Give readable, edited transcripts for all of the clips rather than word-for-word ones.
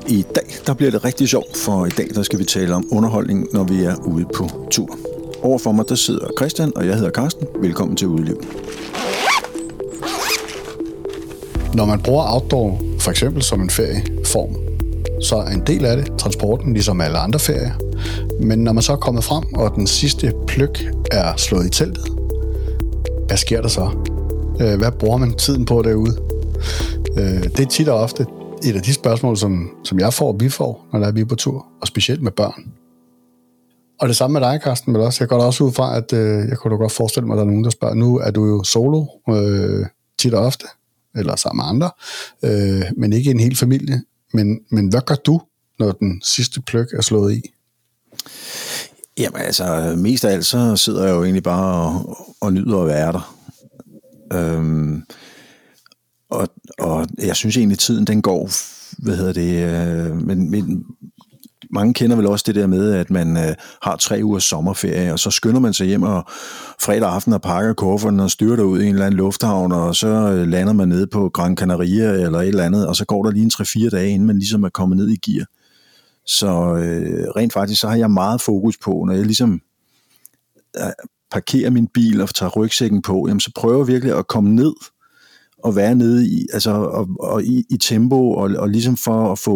I dag der bliver det rigtig sjovt, for i dag der skal vi tale om underholdning, når vi er ude på tur. Overfor mig der sidder Christian, og jeg hedder Carsten. Velkommen til Udeliv. Når man bruger outdoor, for eksempel som en ferieform, så er en del af det transporten, ligesom alle andre ferier. Men når man så er kommet frem, og den sidste pløk er slået i teltet, hvad sker der så? Hvad bruger man tiden på derude? Det er tit og ofte et af de spørgsmål, som jeg får, og vi får, når vi er på tur, og specielt med børn. Og det samme med dig, Carsten, men også. Jeg går da også ud fra, at jeg kunne da godt forestille mig, at der er nogen, der spørger. Nu er du jo solo, tit og ofte, eller sammen med andre, men ikke en hel familie. Men hvad gør du, når den sidste pløk er slået i? Jamen altså, mest af alt, så sidder jeg jo egentlig bare og nyder at være der. Og jeg synes egentlig, tiden den går, men mange kender vel også det der med, at man har 3 ugers sommerferie, og så skynder man sig hjem og fredag aften og pakker kufferten og styrer ud i en eller anden lufthavn, og så lander man nede på Gran Canaria eller et eller andet, og så går der lige 3-4 dage, inden man ligesom er kommet ned i gear. Så rent faktisk, så har jeg meget fokus på, når jeg ligesom parkerer min bil og tager rygsækken på, jamen, så prøver jeg virkelig at komme ned og være nede i, altså, og i tempo, og ligesom for at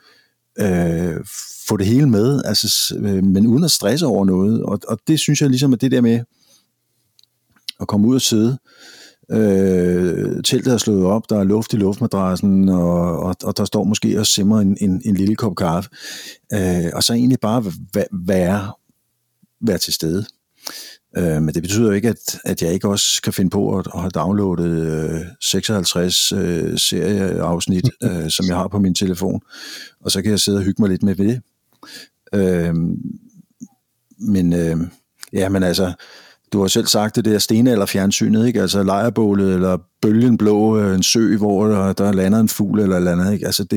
få det hele med, altså, men uden at stresse over noget. Og det synes jeg ligesom, at det der med at komme ud og sidde, teltet er slået op, der er luft i luftmadrassen, og der står måske og simmer en lille kop kaffe, og så egentlig bare være til stede. Men det betyder jo ikke, at jeg ikke også kan finde på at have downloadet 56 serieafsnit, som jeg har på min telefon, og så kan jeg sidde og hygge mig lidt med det. Men altså, du har selv sagt det der stenalderfjernsynet, ikke? Altså lejrbålet eller bølgen blå, en sø, hvor der lander en fugl eller andet, ikke? Altså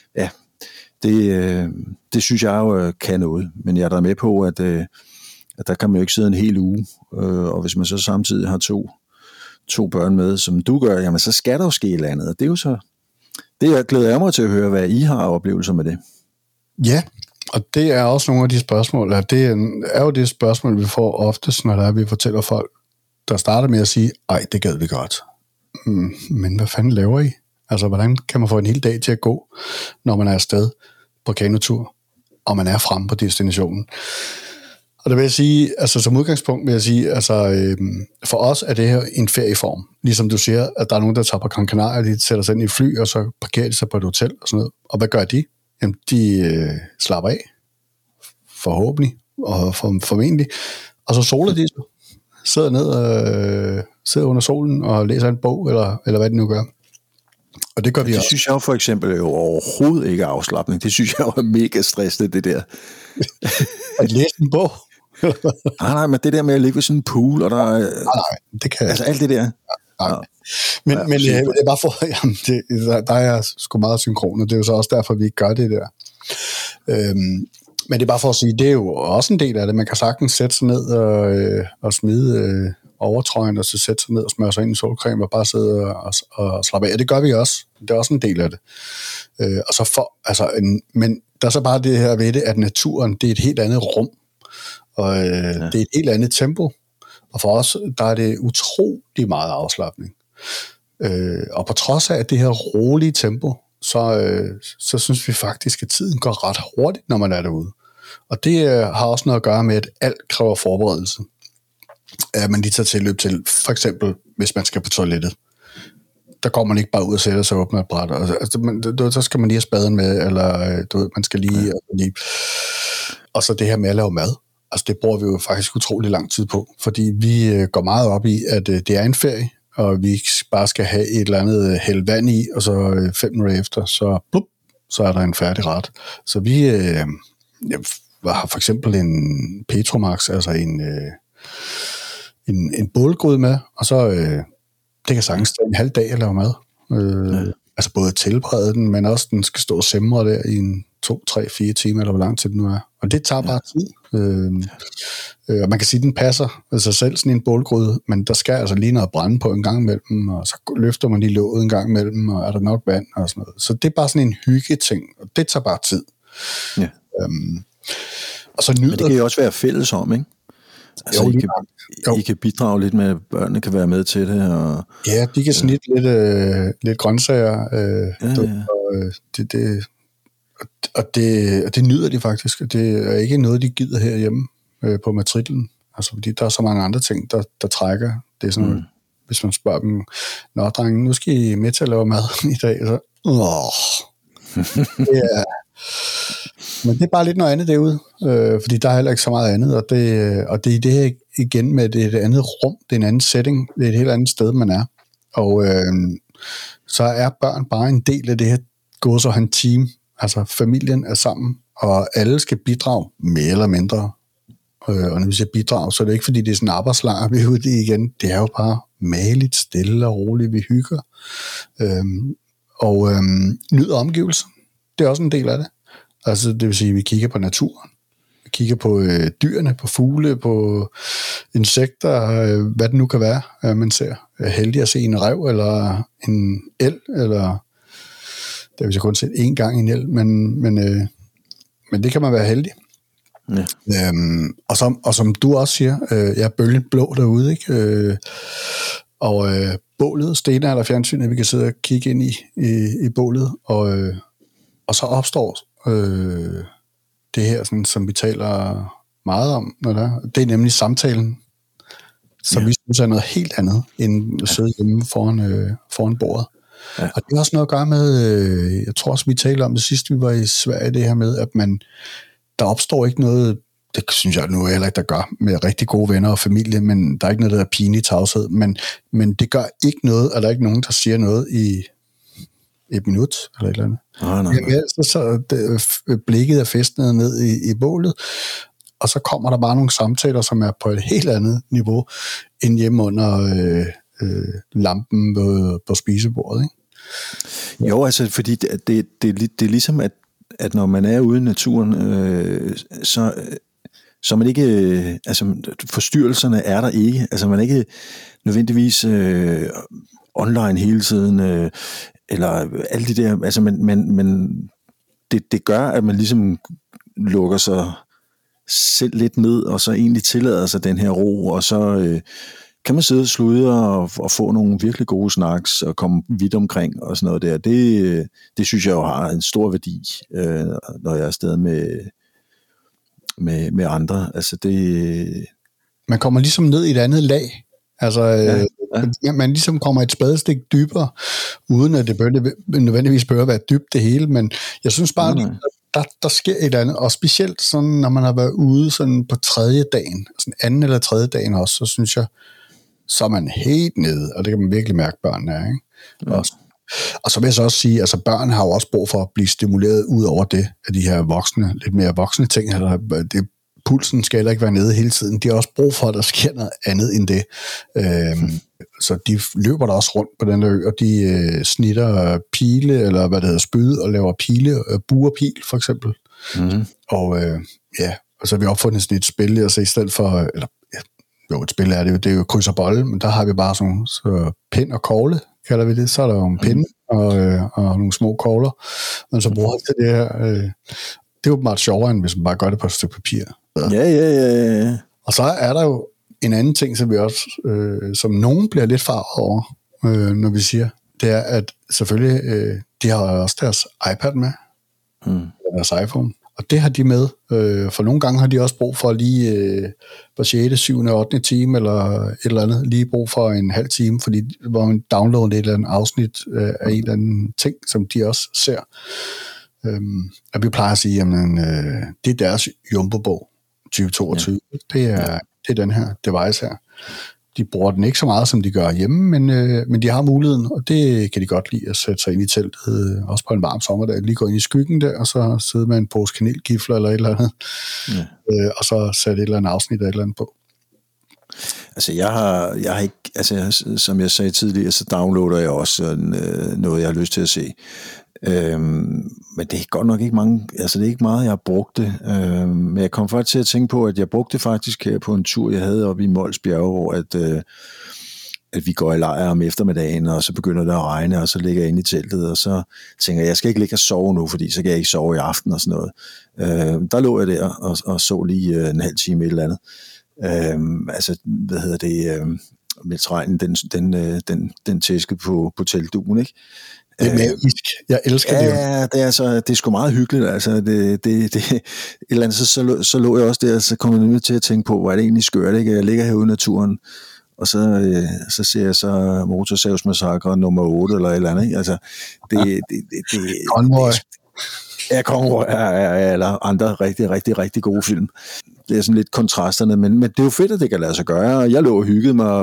det synes jeg jo kan noget, men jeg er da med på, at der kan man jo ikke sidde en hel uge, og hvis man så samtidig har to børn med, som du gør, jamen så skal der jo ske et eller andet, og det er jo så, det glæder jeg mig til at høre, hvad I har oplevelser med det. Ja, og det er også nogle af de spørgsmål, det er jo det spørgsmål, vi får oftest, når vi fortæller folk, der starter med at sige, ej, det gad vi godt. Men hvad fanden laver I? Altså, hvordan kan man få en hel dag til at gå, når man er afsted på kanotur, og man er fremme på destinationen? Og det vil jeg sige, altså som udgangspunkt vil jeg sige, altså for os er det her en ferieform. Ligesom du siger, at der er nogen, der tager på Gran Canaria, de sætter sig ind i fly, og så parkerer de sig på et hotel og sådan noget. Og hvad gør de? Jamen, de slapper af. Forhåbentlig. Og formentlig. Og så soler de sig. Sidder ned og sidder under solen og læser en bog, eller hvad de nu gør. Og det gør vi også. Det synes jeg jo for eksempel jo overhovedet ikke er afslapning. Det synes jeg jo er mega stressende, det der. At læse en bog? nej, men det der med at ligge ved sådan en pool, og der... Nej, det kan... Altså alt det der... Nej. Men det er bare for... Jamen, der er sgu meget synkron, og det er jo så også derfor, vi ikke gør det der. Men det er bare for at sige, det er jo også en del af det. Man kan sagtens sætte sig ned og smide overtrøjen, og så sætte sig ned og smøre sig ind i solcreme, og bare sidde og slappe af. Og det gør vi også. Det er også en del af det. Og så men der er så bare det her ved det, at naturen, det er et helt andet rum. Og det er et helt andet tempo. Og for os, der er det utrolig meget afslapning. Og på trods af at det her rolige tempo, så synes vi faktisk, at tiden går ret hurtigt, når man er derude. Og det har også noget at gøre med, at alt kræver forberedelse. At man lige tager tilløb til, for eksempel, hvis man skal på toilettet. Der går man ikke bare ud og sætter sig og åbner et bræt. Så skal man lige have spaden med, eller man skal lige... Og så det her med at lave mad. Altså det bruger vi jo faktisk utrolig lang tid på, fordi vi går meget op i, at det er en ferie, og vi bare skal have et eller andet hælde vand i, og så 5 minutter efter, så er der en færdig ret. Så vi har for eksempel en Petromax, altså en bålgryde med, og så det kan sagtens tage en halv dag at lave mad. Altså både tilberede den, men også den skal stå og simre der i 2, 3, 4 timer, eller hvor lang tid den nu er. Og det tager bare tid. Og man kan sige, at den passer sig selv, sådan en bålgryde, men der skal altså lige noget brænde på en gang imellem, og så løfter man lige låget en gang imellem, og er der nok vand og sådan noget. Så det er bare sådan en hyggeting, og det tager bare tid. Ja. Og så nyder... Men det kan jo også være fælles om, ikke? Altså, I kan bidrage lidt med, børnene kan være med til det. Og, ja, de kan snitte lidt grøntsager. Og det nyder de faktisk. Det er ikke noget, de gider herhjemme på matriklen. Altså, fordi der er så mange andre ting, der trækker. Det er sådan, hvis man spørger dem, nå, drenge, nu skal I med til at lave mad i dag. Så, det er... Men det er bare lidt noget andet derude, fordi der er heller ikke så meget andet, og det er det her igen med det andet rum, det er en anden setting, det er et helt andet sted, man er. Og så er børn bare en del af det her gås og en team, altså familien er sammen, og alle skal bidrage mere eller mindre. Og når vi siger bidrag, så er det ikke fordi, det er sådan en arbejdslejr, vi er ude i igen, det er jo bare maligt, stille og roligt, vi hygger, og nyder omgivelser, det er også en del af det. Altså, det vil sige, at vi kigger på naturen, vi kigger på dyrene, på fugle, på insekter, hvad det nu kan være, man ser. Heldig at se en ræv, eller en elg, eller det har vi så kun set én gang en elg, men det kan man være heldig. Ja. Og som du også siger, jeg er bølgen blå derude, ikke? Og bålet, stenalder fjernsynet, vi kan sidde og kigge ind i bålet, og så opstår det her, sådan, som vi taler meget om, når det er nemlig samtalen, som vi synes er noget helt andet, end at sidde hjemme foran bordet. Ja. Og det har også noget at gøre med, jeg tror også, vi talte om det sidste, vi var i Sverige, det her med, at der opstår ikke noget, det synes jeg nu heller ikke, der gør, med rigtig gode venner og familie, men der er ikke noget, der er pinlig tavshed, men det gør ikke noget, at der er ikke nogen, der siger noget i et minut, eller et eller andet. Nej. Så blikket er fæstnet ned i bålet, og så kommer der bare nogle samtaler, som er på et helt andet niveau, end hjemme under lampen på spisebordet, ikke? Jo, altså, fordi det er ligesom, at når man er ude i naturen, så man ikke, altså forstyrrelserne er der ikke, altså man er ikke nødvendigvis online hele tiden, eller alle de der, altså men det gør, at man ligesom lukker sig selv lidt ned, og så egentlig tillader sig den her ro, og så kan man sidde og sludre og få nogle virkelig gode snacks, og komme vidt omkring, og sådan noget der. Det synes jeg jo har en stor værdi, når jeg er afsted med andre. Altså det... Man kommer ligesom ned i et andet lag. Altså, man ligesom kommer et spadestik dybere, uden at det nødvendigvis bør være dybt det hele, men jeg synes bare, der sker et andet, og specielt sådan, når man har været ude sådan på tredje dagen, sådan anden eller tredje dagen også, så synes jeg, så er man helt nede, og det kan man virkelig mærke, børnene er, ikke? Ja. Og så vil jeg så også sige, altså børn har jo også brug for at blive stimuleret ud over det, af de her voksne, lidt mere voksne ting, eller pulsen skal heller ikke være nede hele tiden. De har også brug for, at der sker noget andet end det. Så de løber der også rundt på den der ø, og de snitter pile, eller hvad det hedder, spyd, og laver buerpil, for eksempel. Mm-hmm. Og og så har vi opfundet sådan et spil, altså i stedet for, eller et spil er det er jo kryds og bolle, men der har vi bare sådan så pind og kogle, kalder vi det. Så er der jo en pind og nogle små kogler, men så bruger det her. Det er jo meget sjovere, end hvis man bare gør det på et stykke papir. Ja. Og så er der jo en anden ting, som vi også, som nogen bliver lidt farvet over, når vi siger, det er, at selvfølgelig, de har også deres iPad med, deres iPhone, og det har de med, for nogle gange har de også brug for lige på 6., 7., 8. time, eller et eller andet, lige brug for en halv time, fordi hvor man downloader et eller andet afsnit af en eller anden ting, som de også ser. Og vi plejer at sige, jamen, det er deres Jumbo-bog 2022. Ja. Det er den her device her. De bruger den ikke så meget, som de gør hjemme, men de har muligheden, og det kan de godt lide at sætte sig ind i teltet, også på en varm sommerdag, lige gå ind i skyggen der, og så sidde med en pose kanelgifler eller et eller andet, og så sætte et eller andet afsnit af et eller andet på. Altså jeg har ikke, altså som jeg sagde tidligere, så downloader jeg også noget, jeg har lyst til at se. Men det er godt nok ikke mange, altså det er ikke meget, jeg har brugt det. Men jeg kom faktisk til at tænke på, at jeg brugte det faktisk her på en tur, jeg havde oppe i Mols Bjerge, hvor at vi går i lejr om eftermiddagen, og så begynder det at regne, og så ligger jeg inde i teltet, og så tænker jeg skal ikke ligge og sove nu, fordi så kan jeg ikke sove i aften og sådan noget. Der lå jeg der og så lige en halv time et eller andet. Mens regnen, den tæskede på teltdugen, ikke? Det er magisk. Jeg elsker det. Ja, det er sgu meget hyggeligt. Altså, et eller andet, så lå jeg også der, og så kom jeg nemlig til at tænke på, hvor er det egentlig skørt, ikke? Jeg ligger herude i naturen, og så ser jeg så Motorsavsmassakre nummer 8 eller et eller andet, ikke? Altså, Convoy. Ja, Convoy, eller andre rigtig, rigtig, rigtig gode film. Det er sådan lidt kontrasterne, men det er jo fedt, at det kan lade sig gøre. Jeg lå og hyggede mig,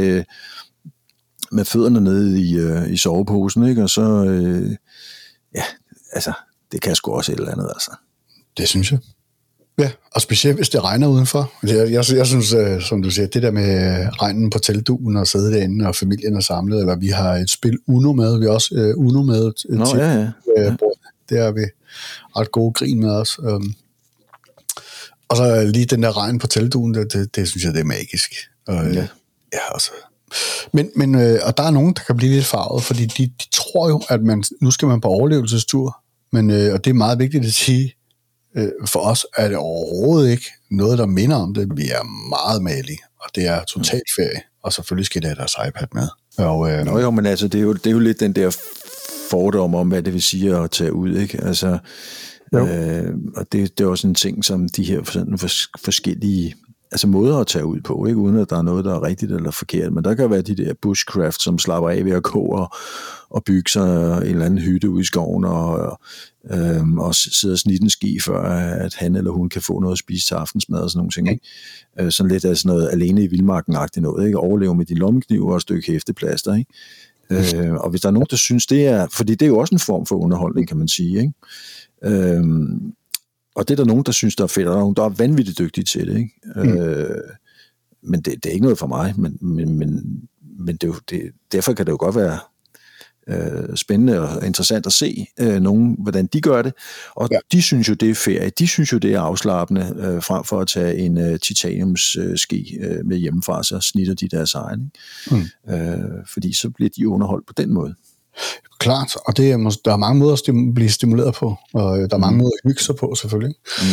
med fødderne nede i soveposen, ikke? Og så, det kan sgu også et eller andet, altså. Det synes jeg. Ja, og specielt hvis det regner udenfor. Jeg synes, som du siger, det der med regnen på teltdugen og sidde derinde, og familien er samlet, eller vi har et spil Uno med, vi har også Uno med til. Ja. Det er vi ret gode grin med os. Og så lige den der regn på teltdugen, det synes jeg, det er magisk. Altså. Men og der er nogen, der kan blive lidt farvet, fordi de tror jo, at nu skal man på overlevelsestur, men og det er meget vigtigt at sige, for os er det overhovedet ikke noget, der minder om det. Vi er meget malige, og det er totalt ferie, og selvfølgelig skal det have deres iPad med. Og, men altså, det er jo lidt den der fordom om, hvad det vil sige at tage ud, ikke? Altså, og det er også en ting, som de her forskellige måder at tage ud på, ikke? Uden at der er noget, der er rigtigt eller forkert, men der kan være de der bushcraft, som slapper af ved at gå og bygge sig en eller anden hytte ude i skoven og sidde og snitte en ski, før at han eller hun kan få noget at spise til aftensmad og sådan nogle ting, ikke? Sådan lidt af sådan noget alene i vildmarken-agtigt noget, ikke? Overleve med din lommekniv og et stykke hæfteplaster, ikke? Og hvis der er nogen, der synes, det er, fordi det er jo også en form for underholdning, kan man sige, ikke? Og det er der nogen, der synes, der er fedt, og der er nogen, der er vanvittigt dygtige til det, ikke? Men det er ikke noget for mig, men derfor kan det jo godt være spændende og interessant at se nogen, hvordan de gør det, og de synes jo, det er ferie, de synes jo, det er afslappende, frem for at tage en titaniumsski med hjemmefra, så snitter de deres egen, fordi så bliver de underholdt på den måde. Klart, og der er mange måder at blive stimuleret på, og der er mange måder at hygge sig på, selvfølgelig.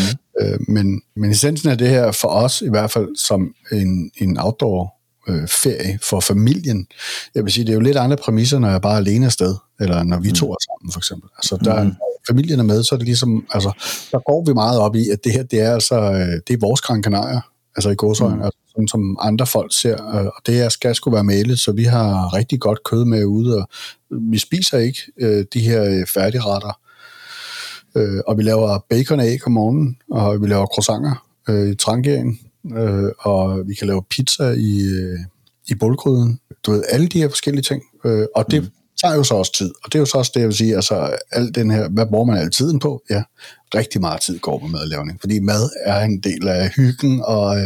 Men essensen af det her, for os i hvert fald, som en outdoor ferie for familien, jeg vil sige, det er jo lidt andre præmisser, når jeg bare er alene afsted, eller når vi to er sammen, for eksempel. Altså, der familien er med, så er det ligesom, altså, der går vi meget op i, at det her, det er det er vores Gran Canaria, altså i gåseøjne, altså, sådan som andre folk ser, og det skal sgu være malet, så vi har rigtig godt kød med ude, og vi spiser ikke de her færdigretter, og vi laver bacon og æg om morgenen, og vi laver croissanter i trankeringen, og vi kan lave pizza i bålgryden. Du ved, alle de her forskellige ting, og det tager jo så også tid, og det er jo så også det, jeg vil sige, altså alt den her, hvad bruger man al tiden på? Ja, rigtig meget tid går med madlavning, fordi mad er en del af hyggen, og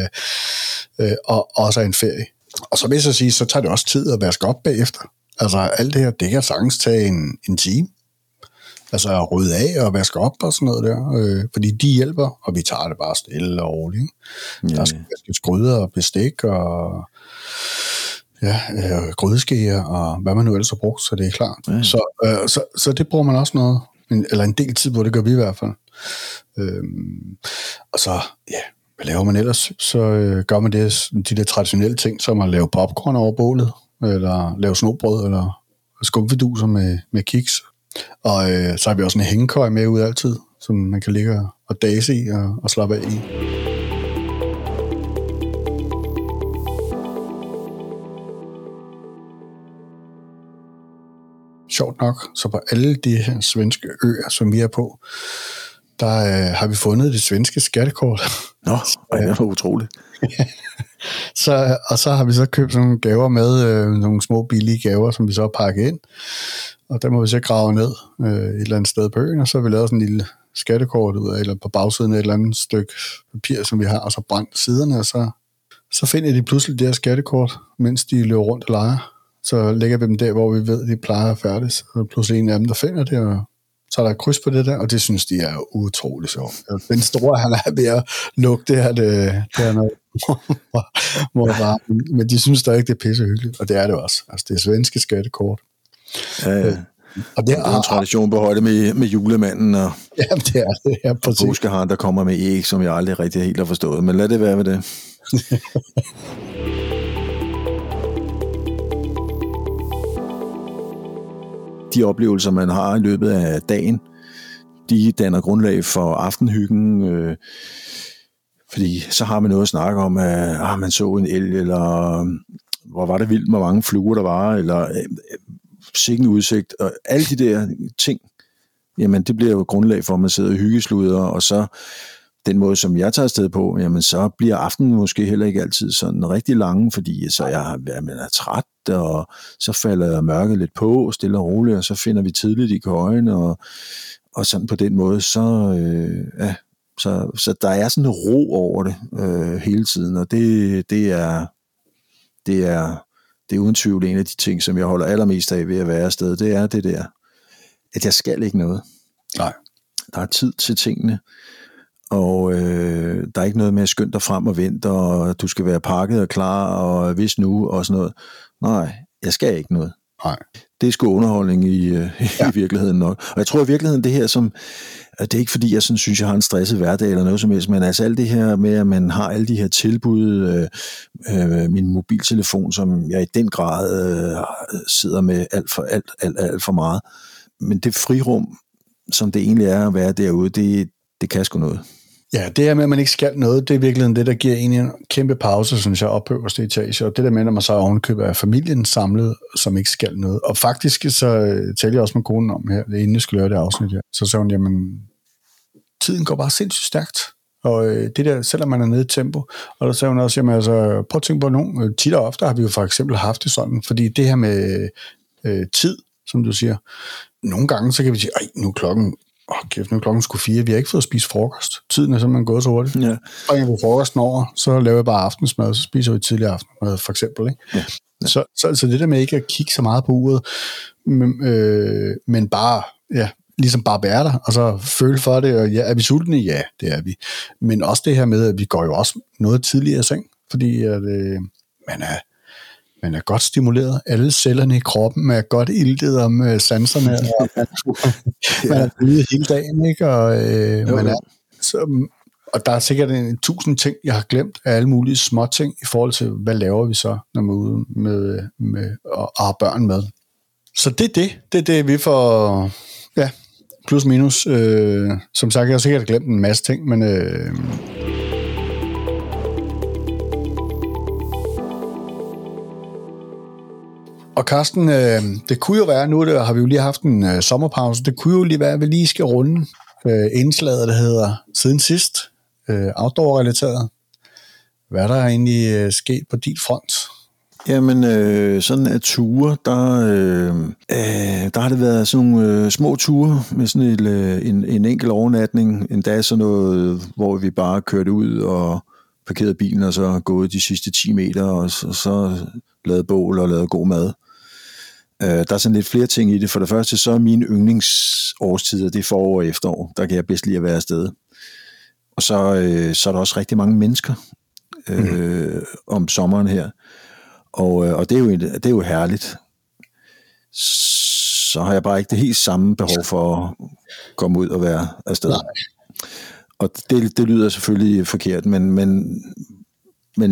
også en ferie. Og så vil jeg sige, så tager det også tid at vaske op bagefter. Altså alt det her, det kan sagtens tage en time. Altså at rydde af og vaske op og sådan noget der, fordi de hjælper, og vi tager det bare stille og roligt. Der skal vaskes gryder og bestik og grydeskeer og hvad man nu ellers har brugt, så det er klart. Så det bruger man også noget, eller en del tid på, det gør vi i hvert fald. Og så, hvad laver man ellers? Så gør man de der traditionelle ting, som at lave popcorn over bålet, eller lave snobrød, eller skumfiduser med kiks. Og så har vi også en hængekøj med ud altid, som man kan ligge og dase i og slappe af i. Sjovt nok, så på alle de her svenske øer, som vi er på, der har vi fundet det svenske skattekort. Nå, det er utroligt. Og så har vi så købt sådan nogle gaver med, nogle små billige gaver, som vi så har pakket ind. Og der må vi så grave ned et eller andet sted på øen, og så har vi lavet sådan en lille skattekort ud af, eller på bagsiden af et eller andet stykke papir, som vi har, og så brændt siderne, og så finder de pludselig det her skattekort, mens de løber rundt og leger. Så lægger vi dem der, hvor vi ved, de plejer at færdes. Så er pludselig en af dem, der finder det, og Så er der et kryds på det der, og det synes de er utroligt sjovt. Den store, han er ved at lukke det her, det er noget, men de synes da ikke, det er pisse hyggeligt, og det er det også. Altså, det er svenske skattekort. Ja. Og det er en tradition på højde med julemanden og, jamen, det er det, ja, og påskeharen, der kommer med æg, som jeg aldrig rigtig helt har forstået. Men lad det være med det. De oplevelser, man har i løbet af dagen, de danner grundlag for aftenhyggen, fordi så har man noget at snakke om, at man så en elg, eller hvor var det vildt, hvor mange fluer der var, eller sikken udsigt, og alle de der ting, jamen det bliver jo grundlag for, at man sidder og hyggesluder, og så den måde, som jeg tager afsted på, jamen så bliver aftenen måske heller ikke altid sådan rigtig lang, fordi så man er træt, og så falder mørket lidt på, stille og roligt, og så finder vi tidligt i køjen, og sådan på den måde, så der er sådan en ro over det hele tiden, og det er uden tvivl en af de ting, som jeg holder allermest af ved at være afsted, det er det der, at jeg skal ikke noget. Nej. Der er tid til tingene, og der er ikke noget med at skynde dig frem og vente, og du skal være pakket og klar, og hvis nu, og sådan noget. Nej, jeg skal ikke noget. Nej. Det er sgu underholdning i virkeligheden nok. Og jeg tror i virkeligheden, det her som, det er ikke fordi, jeg sådan synes, jeg har en stresset hverdag eller noget som helst, men altså alt det her med, at man har alle de her tilbud, min mobiltelefon, som jeg i den grad sidder med alt for meget. Men det frirum, som det egentlig er at være derude, det kan sgu noget. Ja, det her med, at man ikke skal noget, det er virkelig det, der giver en kæmpe pause, synes jeg, op på øverste etage. Og det der med, når man så ovenkøber af familien samlet, som ikke skal noget. Og faktisk så talte jeg også med konen om her, inden jeg skulle lave det afsnit her. Så sagde hun, jamen, tiden går bare sindssygt stærkt. Og det der, selvom man er nede i tempo. Og der sagde hun også, jamen altså, prøv at tænke på nogen. Tit og ofte har vi jo for eksempel haft det sådan, fordi det her med tid, som du siger, nogle gange så kan vi sige, nu er klokken nu er klokken sgu 4, vi har ikke fået at spise frokost. Tiden er simpelthen gået så hurtigt. Ja. Bringer vi frokosten over, så laver jeg bare aftensmad, så spiser vi tidlig aftenmad, for eksempel. Ikke? Ja. Ja. Så det der med ikke at kigge så meget på uret, men bare, ligesom bare være der, og så føle for det, og er vi sultne? Ja, det er vi. Men også det her med, at vi går jo også noget tidligere i seng, fordi at, man er godt stimuleret. Alle cellerne i kroppen er godt iltet om sanserne, og man er ude hele dagen, ikke? Og, og der er sikkert 1000 ting, jeg har glemt af alle mulige små ting i forhold til, hvad laver vi så, når man er ude med og har børn med. Så det er det, vi får, plus minus. Som sagt, jeg har sikkert glemt en masse ting, men og Carsten, det kunne jo være, nu har vi jo lige haft en sommerpause, det kunne jo lige være, at vi lige skal runde indslaget, der hedder Siden Sidst, outdoor-relateret. Hvad er der egentlig sket på dit front? Jamen, sådan at ture, der har det været sådan nogle små ture med sådan en enkelt overnatning, endda sådan noget, hvor vi bare kørte ud og parkerede bilen, og så gået de sidste 10 meter, og så lavet bål og lavet god mad. Der er sådan lidt flere ting i det. For det første, så er mine yndlingsårstider, det er forår og efterår. Der kan jeg bedst lide at være afsted. Og så er der også rigtig mange mennesker om sommeren her. Og det er jo herligt. Så har jeg bare ikke det helt samme behov for at komme ud og være afsted. Nej. Og det lyder selvfølgelig forkert, men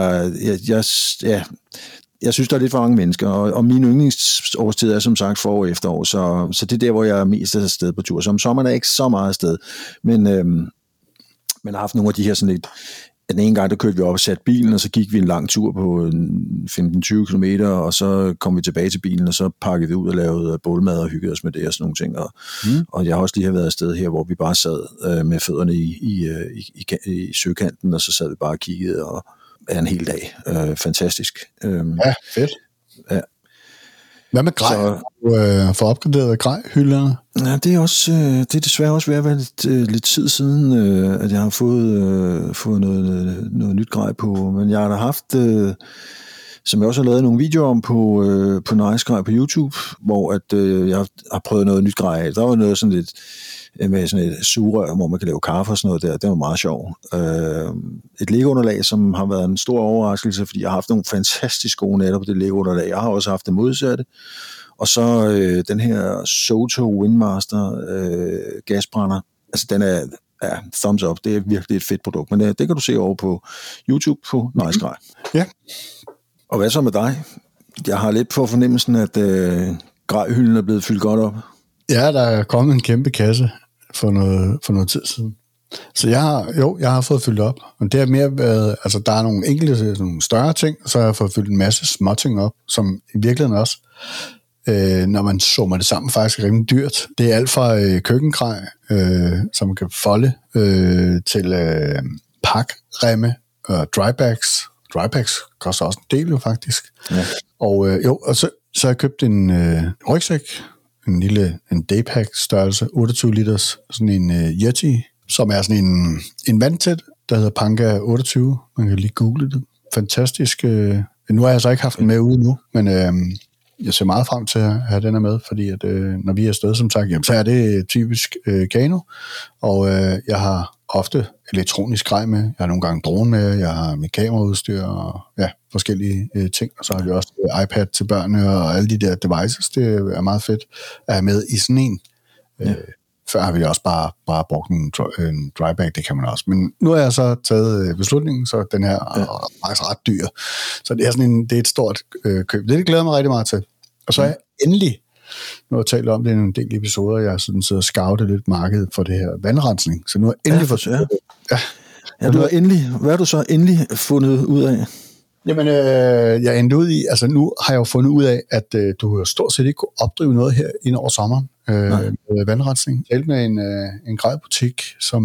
jeg synes, der er lidt for mange mennesker, og min yndlingsårstid er som sagt forår og efterår, så det er der, hvor jeg er mest afsted på tur. Så om sommeren er jeg ikke så meget afsted, men har haft nogle af de her sådan lidt. Den ene gang, der kørte vi op og satte bilen, og så gik vi en lang tur på 15-20 kilometer, og så kom vi tilbage til bilen, og så pakkede vi ud og lavede bålmad og hyggede os med det og sådan nogle ting. Og jeg har også lige været afsted her, hvor vi bare sad med fødderne i søkanten, og så sad vi bare og kiggede og en hel dag. Fantastisk. Ja, fedt. Ja. Hvad med grej? For opgraderet grejhylderne? Ja, det er desværre også ved at være lidt tid siden, at jeg har fået noget nyt grej på. Men jeg har da som jeg også har lavet nogle videoer om på Nice Grej på YouTube, hvor at, jeg har prøvet noget nyt grej af. Der var noget sådan lidt med sådan et sugerør, hvor man kan lave kaffe og sådan noget der. Det var meget sjovt. Et Lego-underlag, som har været en stor overraskelse, fordi jeg har haft nogle fantastisk gode nætter på det Lego-underlag. Jeg har også haft det modsatte. Og så den her Soto Windmaster gasbrænder. Altså den er thumbs up. Det er virkelig et fedt produkt. Men det kan du se over på YouTube på Nice Grej. Ja. Og hvad så med dig? Jeg har lidt på fornemmelsen, at grejhylden er blevet fyldt godt op. Ja, der er kommet en kæmpe kasse for noget tid siden. Så jeg har fået fyldt op. Men det har mere været, altså der er nogle enkelte nogle større ting, så har jeg fået fyldt en masse små ting op, som i virkeligheden også, når man summer det sammen, faktisk er rimelig dyrt. Det er alt fra køkkengrej, som man kan folde, til pakremme og drybags. Drybags koster også en del jo faktisk. Ja. Og så har jeg købt en rygsæk, en daypack størrelse, 28 liters, sådan en Yeti, som er sådan en vandtæt, der hedder Panga 28. Man kan lige google det. Fantastisk. Nu har jeg så ikke haft den med ude nu, men jeg ser meget frem til at have den med, fordi at, når vi er afsted, som sagt, jamen, så er det typisk kano, og jeg har ofte elektronisk grej med, jeg har nogle gange drone med, jeg har mit kameraudstyr og forskellige ting, og så har vi også iPad til børnene og alle de der devices. Det er meget fedt at have med i sådan en. Før har vi også bare brugt en dryback, det kan man også. Men nu har jeg så taget beslutningen, så den her er faktisk ret dyr. Så det er sådan det er et stort køb. Det glæder mig rigtig meget til. Og så er jeg endelig, nu har jeg talt om det i en del episoder, jeg har sådan siddet og scoutet lidt markedet for det her vandrensning. Så nu har jeg endelig fået... Hvad har du så endelig fundet ud af? Jamen, jeg endte ud i, altså nu har jeg jo fundet ud af, at du stort set ikke kunne opdrive noget her ind over sommeren med vandrensning. Jeg med en grejbutik,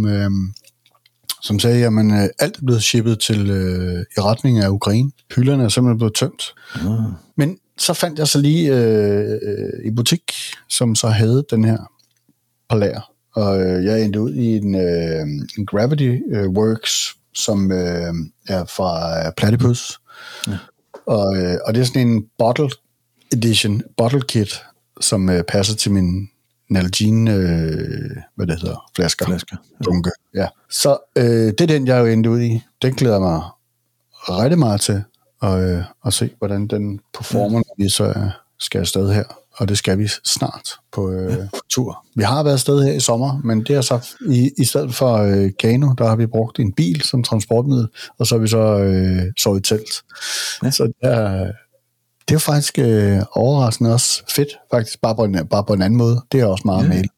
som sagde, jamen alt er blevet shippet til i retning af Ukraine. Hylderne er simpelthen blevet tømt. Men så fandt jeg så lige i butik, som så havde den her på lager. Og jeg endte ud i en Gravity Works, som er fra Platypus. Ja. Og det er sådan en bottle edition, bottle kit, som passer til min Nalgene, flasker. Dunke. Ja. Så det er den, jeg er jo endte ud i. Den glæder jeg mig rigtig meget til at se, hvordan den performer, når vi så skal afsted her. Og det skal vi snart på tur. Vi har været afsted her i sommer, men det er så i stedet for kano, der har vi brugt en bil som transportmiddel, og så har vi så sovet i telt. Ja. Så det er jo faktisk overraskende også fedt, faktisk bare på en anden måde. Det er også meget mail.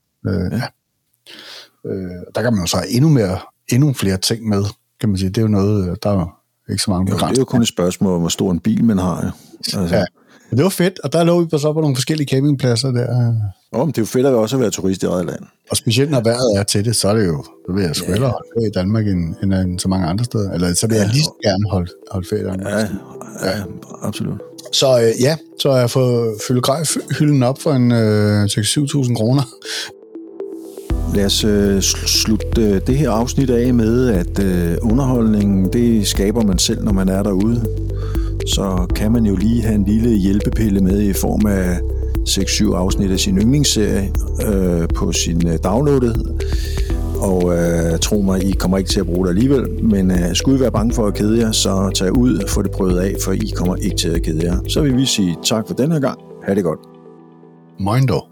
Der kan man jo så endnu flere ting med, kan man sige. Det er jo noget, der er ikke så mange begrænsninger. Det er jo kun et spørgsmål om, hvor stor en bil man har. Altså. Ja. Det var fedt, og der lå vi så på nogle forskellige campingpladser der. Men det er jo fedt at også være turist i eget land. Og specielt når vejret er til det, så er det jo, så vil jeg sgu hellere holde ferie i Danmark end så mange andre steder. Eller så vil jeg lige gerne holde ferie i Danmark. Ja, absolut. Så så har jeg fået fyldt grejhylden op for en 6-7.000 kroner. Lad os slutte det her afsnit af med, at underholdningen, det skaber man selv, når man er derude. Så kan man jo lige have en lille hjælpepille med i form af 6-7 afsnit af sin yndlingsserie på sin downloadet. Og tro mig, I kommer ikke til at bruge det alligevel, men skulle I være bange for at kede jer, så tag ud og få det prøvet af, for I kommer ikke til at kede jer. Så vil vi sige tak for den her gang. Ha' det godt. Moin dog.